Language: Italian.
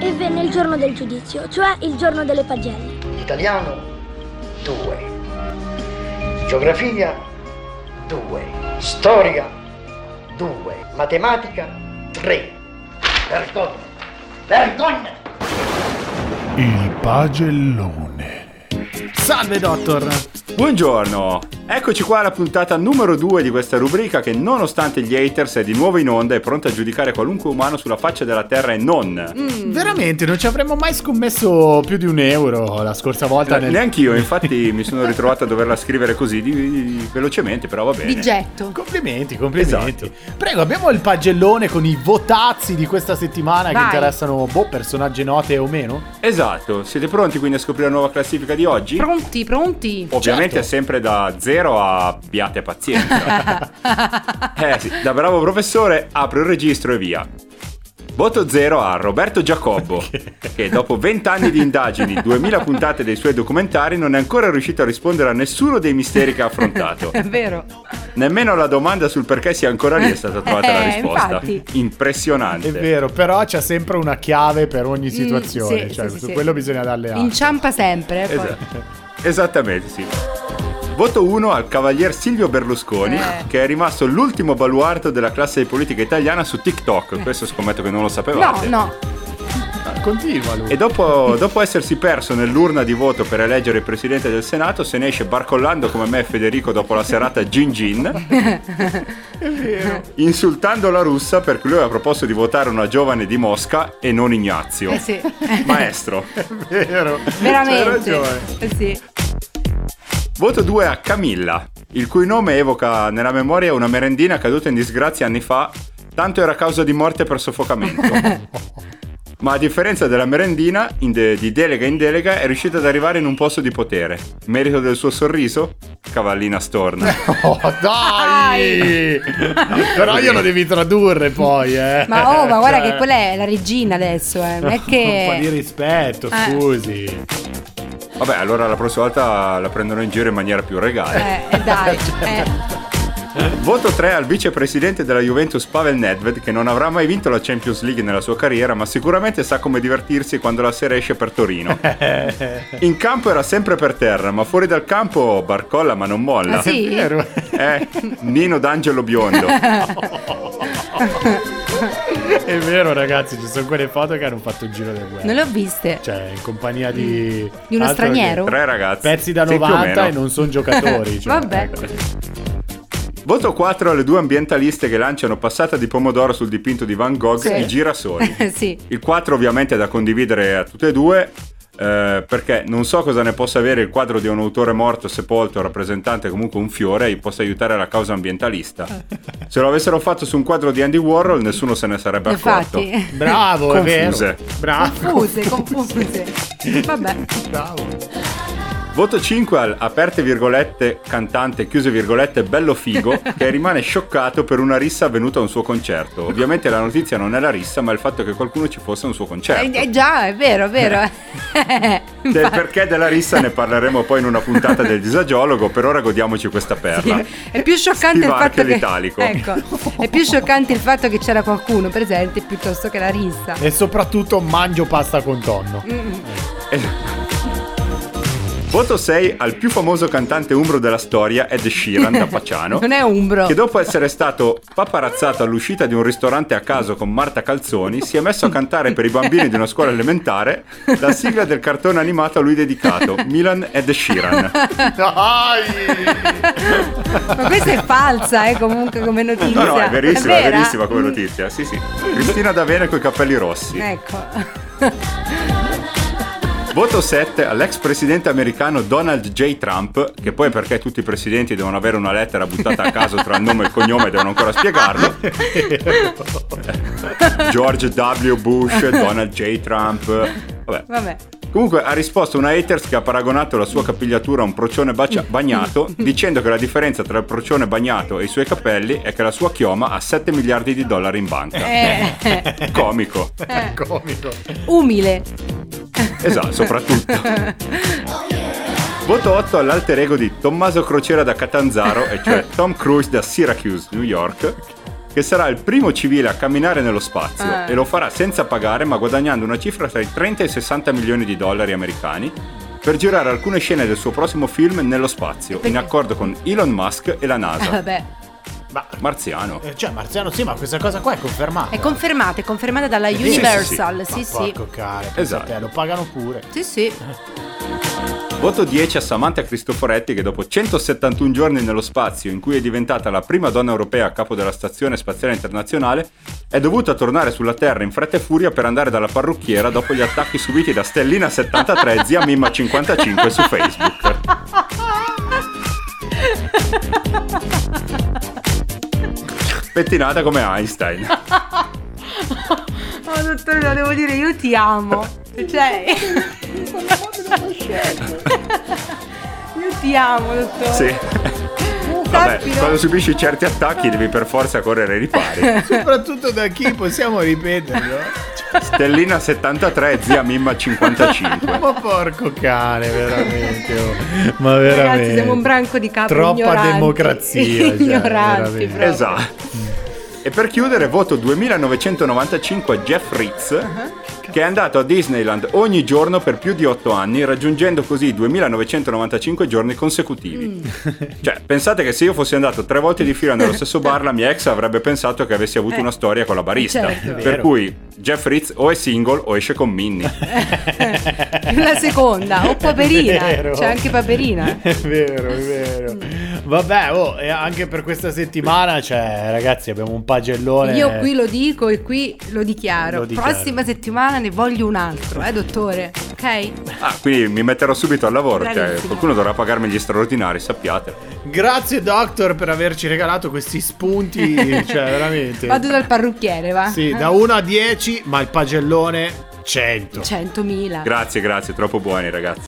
e venne il giorno del giudizio, cioè il giorno delle pagelle. Italiano 2, geografia 2, storia 2, matematica 3. Vergogna! Vergogna! Il pagellone. Salve, dottor. Buongiorno, eccoci qua alla puntata numero 2 di questa rubrica che nonostante gli haters è di nuovo in onda e pronta a giudicare qualunque umano sulla faccia della terra e non. Veramente, non ci avremmo mai scommesso più di €1 la scorsa volta. Neanch'io, infatti mi sono ritrovato a doverla scrivere così velocemente, però va bene. Di getto. Complimenti. Esatto. Prego, abbiamo il pagellone con i votazzi di questa settimana. Vai. Che interessano, personaggi note o meno? Esatto, siete pronti quindi a scoprire la nuova classifica di oggi? Pronti. Ovviamente Certo. è sempre da 0 a abbiate pazienza. Sì, da bravo professore apro il registro e via. Voto 0 a Roberto Giacobbo, che dopo 20 anni di indagini, 2000 puntate dei suoi documentari, non è ancora riuscito a rispondere a nessuno dei misteri che ha affrontato. È vero. Nemmeno alla domanda sul perché sia ancora lì è stata trovata la risposta. Infatti. Impressionante. È vero, però c'è sempre una chiave per ogni situazione. sì, cioè, sì, su sì. quello bisogna darle atto. Inciampa sempre. Poi. Esattamente, sì. Voto 1 al cavalier Silvio Berlusconi, che è rimasto l'ultimo baluardo della classe di politica italiana su TikTok. Questo scommetto che non lo sapevate. No. Continua lui. E dopo essersi perso nell'urna di voto per eleggere il presidente del Senato, se ne esce barcollando come me e Federico dopo la serata Gin. È vero. Insultando la russa perché lui aveva proposto di votare una giovane di Mosca e non Ignazio. Sì. Maestro. È vero. Veramente. C'hai ragione. Sì. Voto 2 a Camilla, il cui nome evoca nella memoria una merendina caduta in disgrazia anni fa, tanto era causa di morte per soffocamento. Ma a differenza della merendina, di delega in delega è riuscita ad arrivare in un posto di potere. Merito del suo sorriso? Cavallina storna. Oh, dai! Però glielo devi tradurre poi, Ma guarda Cioè, che quella è la regina adesso, Non è che... un po' di rispetto, scusi. Vabbè, allora la prossima volta la prendono in giro in maniera più regale. Dai. Voto 3 al vicepresidente della Juventus Pavel Nedved, che non avrà mai vinto la Champions League nella sua carriera, ma sicuramente sa come divertirsi quando la sera esce per Torino. In campo era sempre per terra, ma fuori dal campo barcolla ma non molla. Sì? È vero. Nino d'Angelo biondo. È vero, ragazzi, ci sono quelle foto che hanno fatto il giro del web. Non le ho viste. Cioè, in compagnia di uno altro straniero? 3 ragazzi. Pezzi da Sì, più o 90 meno. e non sono giocatori. Cioè, Vabbè. Voto 4 alle 2 ambientaliste che lanciano passata di pomodoro sul dipinto di Van Gogh, Sì. I girasoli. Sì. Il 4 ovviamente è da condividere a tutte e due, perché non so cosa ne possa avere il quadro di un autore morto, sepolto, rappresentante comunque un fiore e possa aiutare la causa ambientalista. Se lo avessero fatto su un quadro di Andy Warhol nessuno se ne sarebbe accorto. Infatti. Bravo, Confuse. è vero. Bravo. Confuse. Vabbè. Bravo. Voto 5 al aperte virgolette cantante chiuse virgolette bello figo, che rimane scioccato per una rissa avvenuta a un suo concerto. Ovviamente la notizia non è la rissa, ma il fatto che qualcuno ci fosse a un suo concerto. Già, è vero. Del perché della rissa ne parleremo poi in una puntata del disagiologo. Per ora godiamoci questa perla. È più scioccante il Scriva fatto anche che l'italico. Ecco, è più scioccante il fatto che c'era qualcuno presente piuttosto che la rissa. E soprattutto mangio pasta con tonno. Voto 6 al più famoso cantante umbro della storia, Ed Sheeran da Pacciano. Non è umbro. Che dopo essere stato paparazzato all'uscita di un ristorante a caso con Marta Calzoni, si è messo a cantare per i bambini di una scuola elementare la sigla del cartone animato a lui dedicato, Milan Ed Sheeran. Dai! Ma questa è falsa, comunque come notizia. No, è verissima, è vera? verissima come notizia. Sì. Cristina D'Avena coi capelli rossi. Ecco. Voto 7 all'ex presidente americano Donald J. Trump, che poi perché tutti i presidenti devono avere una lettera buttata a caso tra il nome e il cognome, devono ancora spiegarlo. George W. Bush, Donald J. Trump. Vabbè. Comunque ha risposto una haters che ha paragonato la sua capigliatura a un procione bagnato, dicendo che la differenza tra il procione bagnato e i suoi capelli è che la sua chioma ha $7 miliardi in banca. Comico. Comico. Umile. Esatto, soprattutto. Voto 8 all'alter ego di Tommaso Crociera da Catanzaro, e cioè Tom Cruise da Syracuse, New York, che sarà il primo civile a camminare nello spazio e lo farà senza pagare, ma guadagnando una cifra tra i 30 e i 60 milioni di dollari americani per girare alcune scene del suo prossimo film nello spazio, in accordo con Elon Musk e la NASA. Vabbè. Ma Marziano. cioè, Marziano sì, ma questa cosa qua è confermata. È confermata dalla Universal, sì. Porco cane, Esatto. te, lo pagano pure. Sì. Voto 10 a Samantha Cristoforetti, che dopo 171 giorni nello spazio, in cui è diventata la prima donna europea a capo della Stazione Spaziale Internazionale, è dovuta tornare sulla Terra in fretta e furia per andare dalla parrucchiera dopo gli attacchi subiti da Stellina73 e zia Mimma55 su Facebook. Pettinata come Einstein. Oh dottore, lo devo dire, io ti amo. Cioè io ti amo, dottore. Sì. Vabbè, quando subisci certi attacchi devi per forza correre ai ripari. Soprattutto da chi possiamo ripeterlo? Stellina73 e zia Mimma55. Ma porco cane, veramente. Ma veramente. Ragazzi, siamo un branco di capri troppa ignoranti. democrazia. Ignoranti, veramente. proprio. Esatto. E per chiudere, voto 2995 a Jeff Ritz, che è andato a Disneyland ogni giorno per più di 8 anni, raggiungendo così 2995 giorni consecutivi. Cioè, pensate che se io fossi andato 3 volte di fila nello stesso bar, la mia ex avrebbe pensato che avessi avuto una storia con la barista. Certo. Per cui Jeff Ritz o è single o esce con Minnie. La seconda, o Paperina. È vero. C'è anche Paperina. È vero. Vabbè, e anche per questa settimana, cioè, ragazzi, abbiamo un pagellone. Io qui lo dico e qui lo dichiaro. Lo dichiaro. Prossima settimana ne voglio un altro, dottore? Ok? Ah, quindi mi metterò subito al lavoro, cioè Bravissimo. qualcuno dovrà pagarmi gli straordinari, sappiate. Grazie, Doctor, per averci regalato questi spunti. Cioè, veramente. Vado dal parrucchiere, va? Sì, da 1 a 10, ma il pagellone 100. 100.000. Grazie, troppo buoni ragazzi.